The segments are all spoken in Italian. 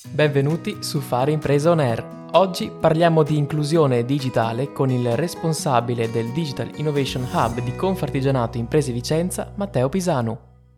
Benvenuti su Fare Impresa On Air. Oggi parliamo di inclusione digitale con il responsabile del Digital Innovation Hub di Confartigianato Imprese Vicenza, Matteo Pisanu.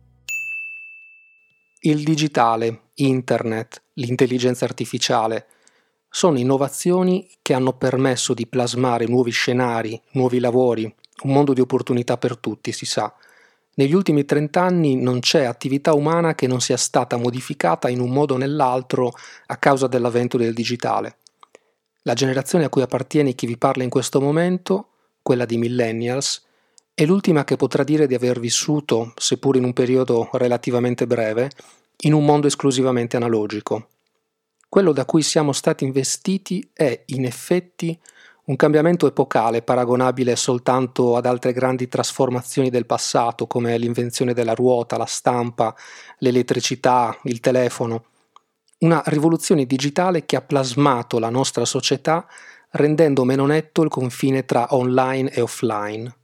Il digitale, internet, l'intelligenza artificiale sono innovazioni che hanno permesso di plasmare nuovi scenari, nuovi lavori, un mondo di opportunità per tutti, si sa. Negli ultimi 30 anni non c'è attività umana che non sia stata modificata in un modo o nell'altro a causa dell'avvento del digitale. La generazione a cui appartiene chi vi parla in questo momento, quella di millennials, è l'ultima che potrà dire di aver vissuto, seppur in un periodo relativamente breve, in un mondo esclusivamente analogico. Quello da cui siamo stati investiti è, in effetti, un cambiamento epocale paragonabile soltanto ad altre grandi trasformazioni del passato, come l'invenzione della ruota, la stampa, l'elettricità, il telefono. Una rivoluzione digitale che ha plasmato la nostra società rendendo meno netto il confine tra online e offline.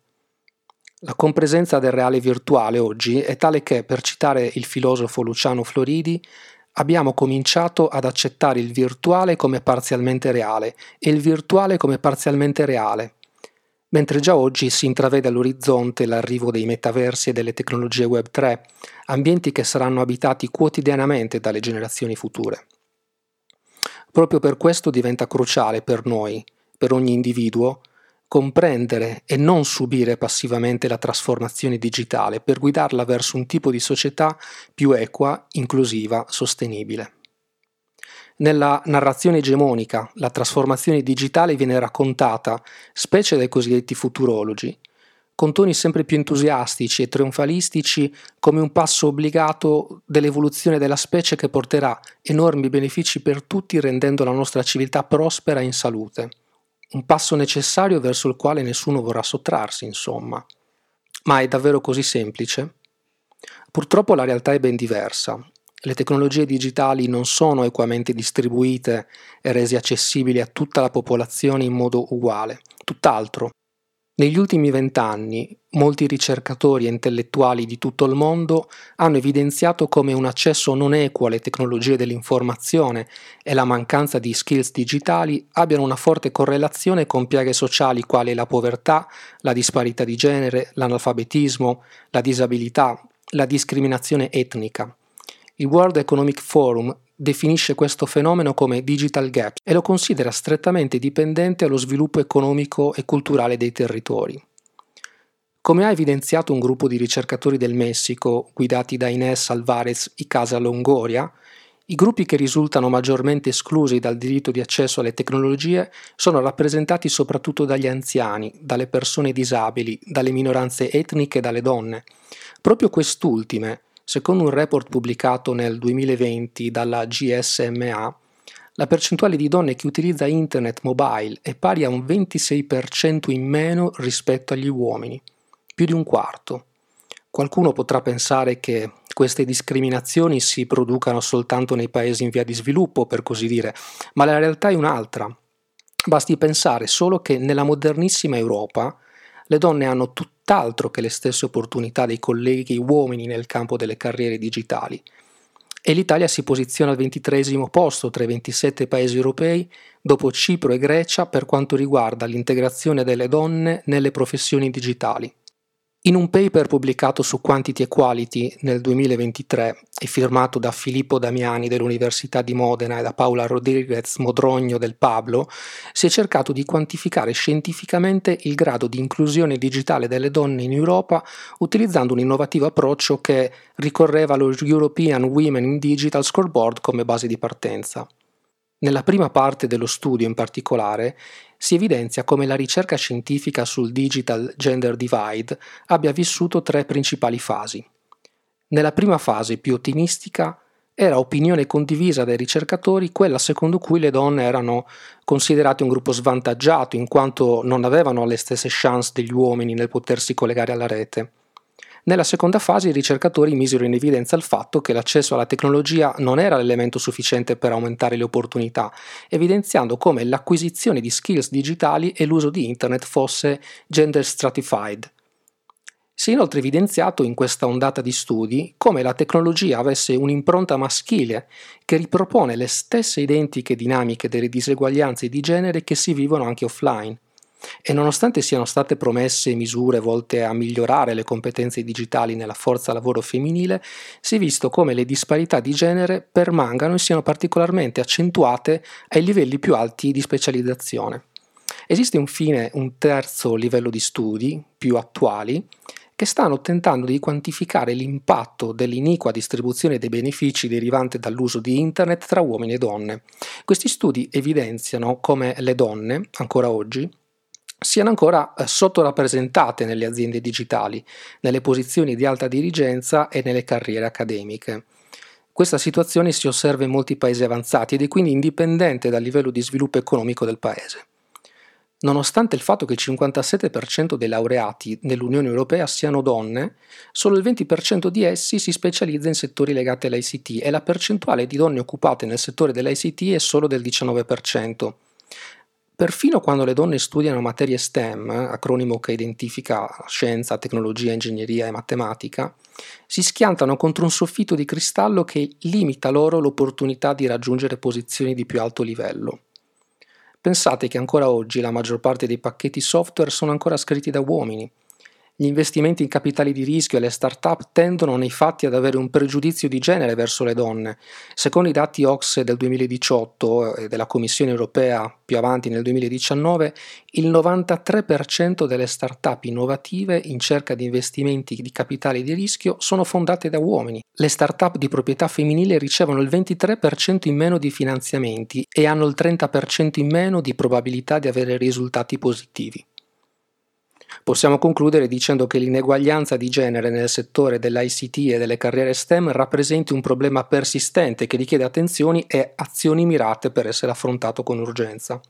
La compresenza del reale virtuale oggi è tale che, per citare il filosofo Luciano Floridi, abbiamo cominciato ad accettare il virtuale come parzialmente reale e il virtuale come parzialmente reale, mentre già oggi si intravede all'orizzonte l'arrivo dei metaversi e delle tecnologie Web 3, ambienti che saranno abitati quotidianamente dalle generazioni future. Proprio per questo diventa cruciale per noi, per ogni individuo, comprendere e non subire passivamente la trasformazione digitale per guidarla verso un tipo di società più equa, inclusiva, sostenibile. Nella narrazione egemonica, la trasformazione digitale viene raccontata, specie dai cosiddetti futurologi, con toni sempre più entusiastici e trionfalistici come un passo obbligato dell'evoluzione della specie che porterà enormi benefici per tutti rendendo la nostra civiltà prospera e in salute. Un passo necessario verso il quale nessuno vorrà sottrarsi, insomma. Ma è davvero così semplice? Purtroppo la realtà è ben diversa. Le tecnologie digitali non sono equamente distribuite e rese accessibili a tutta la popolazione in modo uguale. Tutt'altro. Negli ultimi 20 anni, molti ricercatori e intellettuali di tutto il mondo hanno evidenziato come un accesso non equo alle tecnologie dell'informazione e la mancanza di skills digitali abbiano una forte correlazione con piaghe sociali quali la povertà, la disparità di genere, l'analfabetismo, la disabilità, la discriminazione etnica. Il World Economic Forum definisce questo fenomeno come digital gap e lo considera strettamente dipendente allo sviluppo economico e culturale dei territori. Come ha evidenziato un gruppo di ricercatori del Messico, guidati da Inés Alvarez y Casa Longoria, i gruppi che risultano maggiormente esclusi dal diritto di accesso alle tecnologie sono rappresentati soprattutto dagli anziani, dalle persone disabili, dalle minoranze etniche e dalle donne. Proprio quest'ultime, secondo un report pubblicato nel 2020 dalla GSMA, la percentuale di donne che utilizza internet mobile è pari a un 26% in meno rispetto agli uomini, più di un quarto. Qualcuno potrà pensare che queste discriminazioni si producano soltanto nei paesi in via di sviluppo, per così dire, ma la realtà è un'altra. Basti pensare solo che nella modernissima Europa le donne hanno tutt'altro che le stesse opportunità dei colleghi uomini nel campo delle carriere digitali. E l'Italia si posiziona al 23° posto tra i 27 paesi europei, dopo Cipro e Grecia, per quanto riguarda l'integrazione delle donne nelle professioni digitali. In un paper pubblicato su Quantity e Quality nel 2023 e firmato da Filippo Damiani dell'Università di Modena e da Paula Rodriguez Modrogno del Pablo, si è cercato di quantificare scientificamente il grado di inclusione digitale delle donne in Europa utilizzando un innovativo approccio che ricorreva allo European Women in Digital Scoreboard come base di partenza. Nella prima parte dello studio, in particolare, si evidenzia come la ricerca scientifica sul digital gender divide abbia vissuto 3 principali fasi. Nella prima fase, più ottimistica, era opinione condivisa dai ricercatori quella secondo cui le donne erano considerate un gruppo svantaggiato in quanto non avevano le stesse chance degli uomini nel potersi collegare alla rete. Nella seconda fase i ricercatori misero in evidenza il fatto che l'accesso alla tecnologia non era l'elemento sufficiente per aumentare le opportunità, evidenziando come l'acquisizione di skills digitali e l'uso di internet fosse gender stratified. Si è inoltre evidenziato in questa ondata di studi come la tecnologia avesse un'impronta maschile che ripropone le stesse identiche dinamiche delle diseguaglianze di genere che si vivono anche offline. E nonostante siano state promesse misure volte a migliorare le competenze digitali nella forza lavoro femminile, si è visto come le disparità di genere permangano e siano particolarmente accentuate ai livelli più alti di specializzazione. Esiste infine un terzo livello di studi, più attuali, che stanno tentando di quantificare l'impatto dell'iniqua distribuzione dei benefici derivante dall'uso di Internet tra uomini e donne. Questi studi evidenziano come le donne, ancora oggi, siano ancora sottorappresentate nelle aziende digitali, nelle posizioni di alta dirigenza e nelle carriere accademiche. Questa situazione si osserva in molti paesi avanzati ed è quindi indipendente dal livello di sviluppo economico del paese. Nonostante il fatto che il 57% dei laureati nell'Unione Europea siano donne, solo il 20% di essi si specializza in settori legati all'ICT e la percentuale di donne occupate nel settore dell'ICT è solo del 19%. Perfino quando le donne studiano materie STEM, acronimo che identifica scienza, tecnologia, ingegneria e matematica, si schiantano contro un soffitto di cristallo che limita loro l'opportunità di raggiungere posizioni di più alto livello. Pensate che ancora oggi la maggior parte dei pacchetti software sono ancora scritti da uomini. Gli investimenti in capitali di rischio e le start-up tendono nei fatti ad avere un pregiudizio di genere verso le donne. Secondo i dati OCSE del 2018 e della Commissione europea più avanti nel 2019, il 93% delle start-up innovative in cerca di investimenti di capitali di rischio sono fondate da uomini. Le start-up di proprietà femminile ricevono il 23% in meno di finanziamenti e hanno il 30% in meno di probabilità di avere risultati positivi. Possiamo concludere dicendo che l'ineguaglianza di genere nel settore dell'ICT e delle carriere STEM rappresenti un problema persistente che richiede attenzioni e azioni mirate per essere affrontato con urgenza.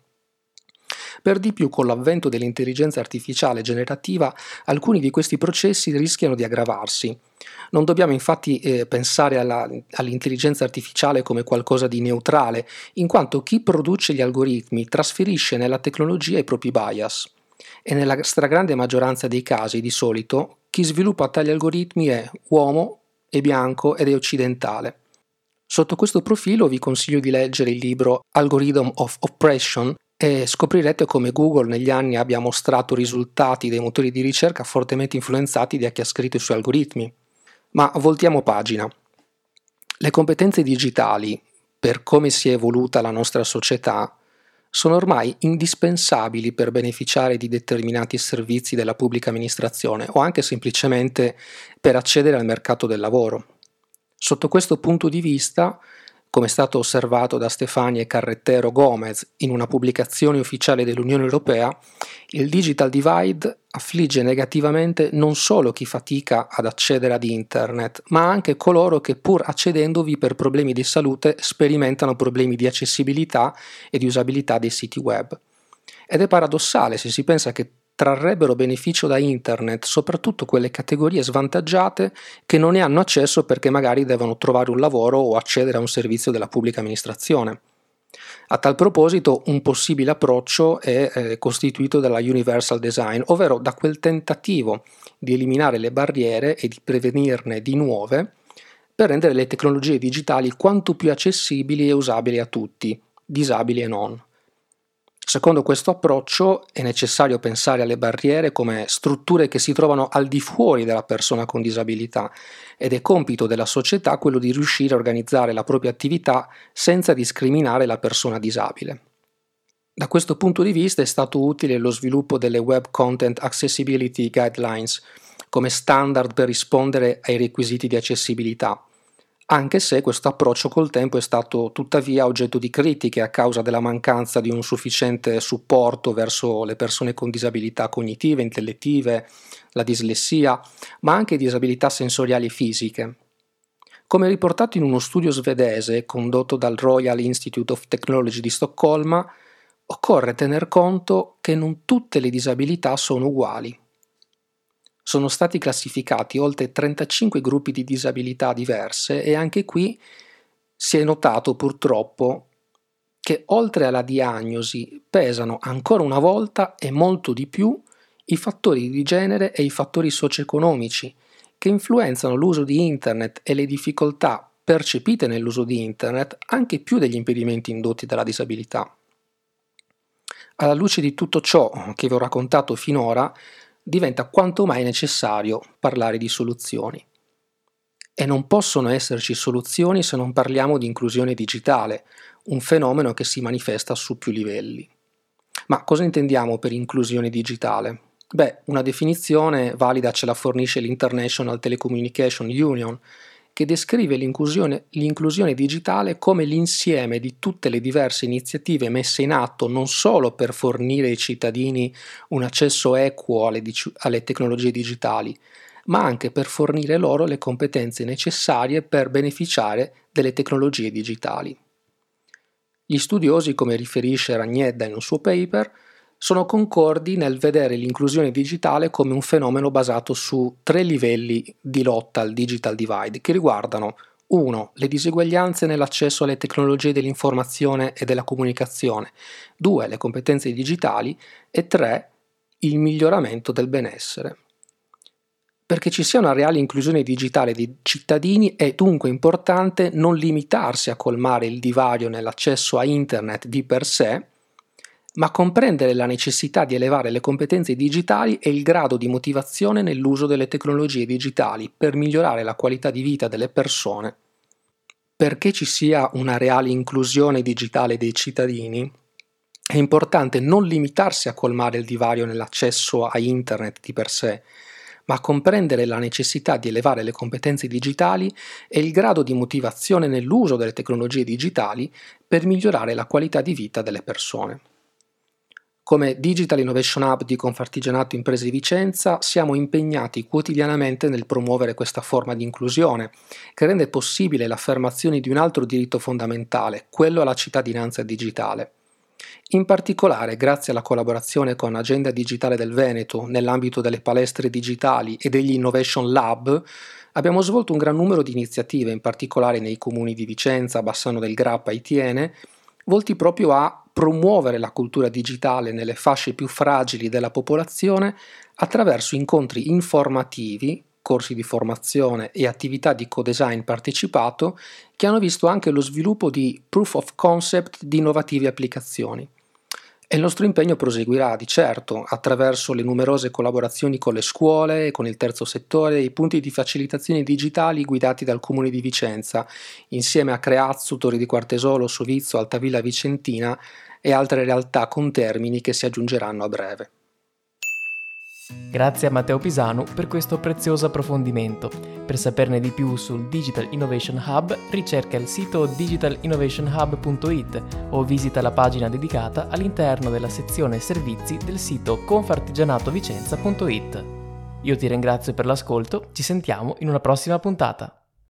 Per di più, con l'avvento dell'intelligenza artificiale generativa, alcuni di questi processi rischiano di aggravarsi. Non dobbiamo infatti pensare all'intelligenza artificiale come qualcosa di neutrale, in quanto chi produce gli algoritmi trasferisce nella tecnologia i propri bias. E nella stragrande maggioranza dei casi, di solito, chi sviluppa tali algoritmi è uomo, è bianco ed è occidentale. Sotto questo profilo vi consiglio di leggere il libro Algorithm of Oppression e scoprirete come Google negli anni abbia mostrato risultati dei motori di ricerca fortemente influenzati da chi ha scritto i suoi algoritmi. Ma voltiamo pagina. Le competenze digitali, per come si è evoluta la nostra società, sono ormai indispensabili per beneficiare di determinati servizi della pubblica amministrazione o anche semplicemente per accedere al mercato del lavoro. Sotto questo punto di vista, come è stato osservato da Stefani e Carrettero Gomez in una pubblicazione ufficiale dell'Unione Europea, il digital divide affligge negativamente non solo chi fatica ad accedere ad Internet, ma anche coloro che pur accedendovi per problemi di salute sperimentano problemi di accessibilità e di usabilità dei siti web. Ed è paradossale se si pensa che trarrebbero beneficio da Internet soprattutto quelle categorie svantaggiate che non ne hanno accesso perché magari devono trovare un lavoro o accedere a un servizio della pubblica amministrazione. A tal proposito, un possibile approccio è costituito dalla Universal Design, ovvero da quel tentativo di eliminare le barriere e di prevenirne di nuove per rendere le tecnologie digitali quanto più accessibili e usabili a tutti, disabili e non. Secondo questo approccio è necessario pensare alle barriere come strutture che si trovano al di fuori della persona con disabilità ed è compito della società quello di riuscire a organizzare la propria attività senza discriminare la persona disabile. Da questo punto di vista è stato utile lo sviluppo delle Web Content Accessibility Guidelines come standard per rispondere ai requisiti di accessibilità, anche se questo approccio col tempo è stato tuttavia oggetto di critiche a causa della mancanza di un sufficiente supporto verso le persone con disabilità cognitive, intellettive, la dislessia, ma anche disabilità sensoriali e fisiche. Come riportato in uno studio svedese condotto dal Royal Institute of Technology di Stoccolma, occorre tener conto che non tutte le disabilità sono uguali. Sono stati classificati oltre 35 gruppi di disabilità diverse e anche qui si è notato purtroppo che oltre alla diagnosi pesano ancora una volta e molto di più i fattori di genere e i fattori socio-economici che influenzano l'uso di Internet e le difficoltà percepite nell'uso di Internet anche più degli impedimenti indotti dalla disabilità. Alla luce di tutto ciò che vi ho raccontato finora, diventa quanto mai necessario parlare di soluzioni. E non possono esserci soluzioni se non parliamo di inclusione digitale, un fenomeno che si manifesta su più livelli. Ma cosa intendiamo per inclusione digitale? Una definizione valida ce la fornisce l'International Telecommunication Union, che descrive l'inclusione digitale come l'insieme di tutte le diverse iniziative messe in atto non solo per fornire ai cittadini un accesso equo alle tecnologie digitali, ma anche per fornire loro le competenze necessarie per beneficiare delle tecnologie digitali. Gli studiosi, come riferisce Ragnedda in un suo paper, sono concordi nel vedere l'inclusione digitale come un fenomeno basato su 3 livelli di lotta al digital divide, che riguardano 1. Le diseguaglianze nell'accesso alle tecnologie dell'informazione e della comunicazione, 2. Le competenze digitali e 3. Il miglioramento del benessere. Perché ci sia una reale inclusione digitale di cittadini è dunque importante non limitarsi a colmare il divario nell'accesso a Internet di per sé, ma comprendere la necessità di elevare le competenze digitali e il grado di motivazione nell'uso delle tecnologie digitali per migliorare la qualità di vita delle persone. Perché ci sia una reale inclusione digitale dei cittadini, è importante non limitarsi a colmare il divario nell'accesso a Internet di per sé, ma comprendere la necessità di elevare le competenze digitali e il grado di motivazione nell'uso delle tecnologie digitali per migliorare la qualità di vita delle persone. Come Digital Innovation Hub di Confartigianato Imprese di Vicenza siamo impegnati quotidianamente nel promuovere questa forma di inclusione, che rende possibile l'affermazione di un altro diritto fondamentale, quello alla cittadinanza digitale. In particolare, grazie alla collaborazione con Agenda Digitale del Veneto nell'ambito delle palestre digitali e degli Innovation Lab, abbiamo svolto un gran numero di iniziative, in particolare nei comuni di Vicenza, Bassano del Grappa e Thiene, volti proprio a promuovere la cultura digitale nelle fasce più fragili della popolazione attraverso incontri informativi, corsi di formazione e attività di co-design partecipato che hanno visto anche lo sviluppo di proof of concept di innovative applicazioni. E il nostro impegno proseguirà di certo attraverso le numerose collaborazioni con le scuole, con il terzo settore e i punti di facilitazione digitali guidati dal Comune di Vicenza, insieme a Creazzo, Torri di Quartesolo, Sovizzo, Altavilla Vicentina e altre realtà con termini che si aggiungeranno a breve. Grazie a Matteo Pisanu per questo prezioso approfondimento. Per saperne di più sul Digital Innovation Hub, ricerca il sito digitalinnovationhub.it o visita la pagina dedicata all'interno della sezione servizi del sito confartigianatovicenza.it. Io ti ringrazio per l'ascolto, ci sentiamo in una prossima puntata.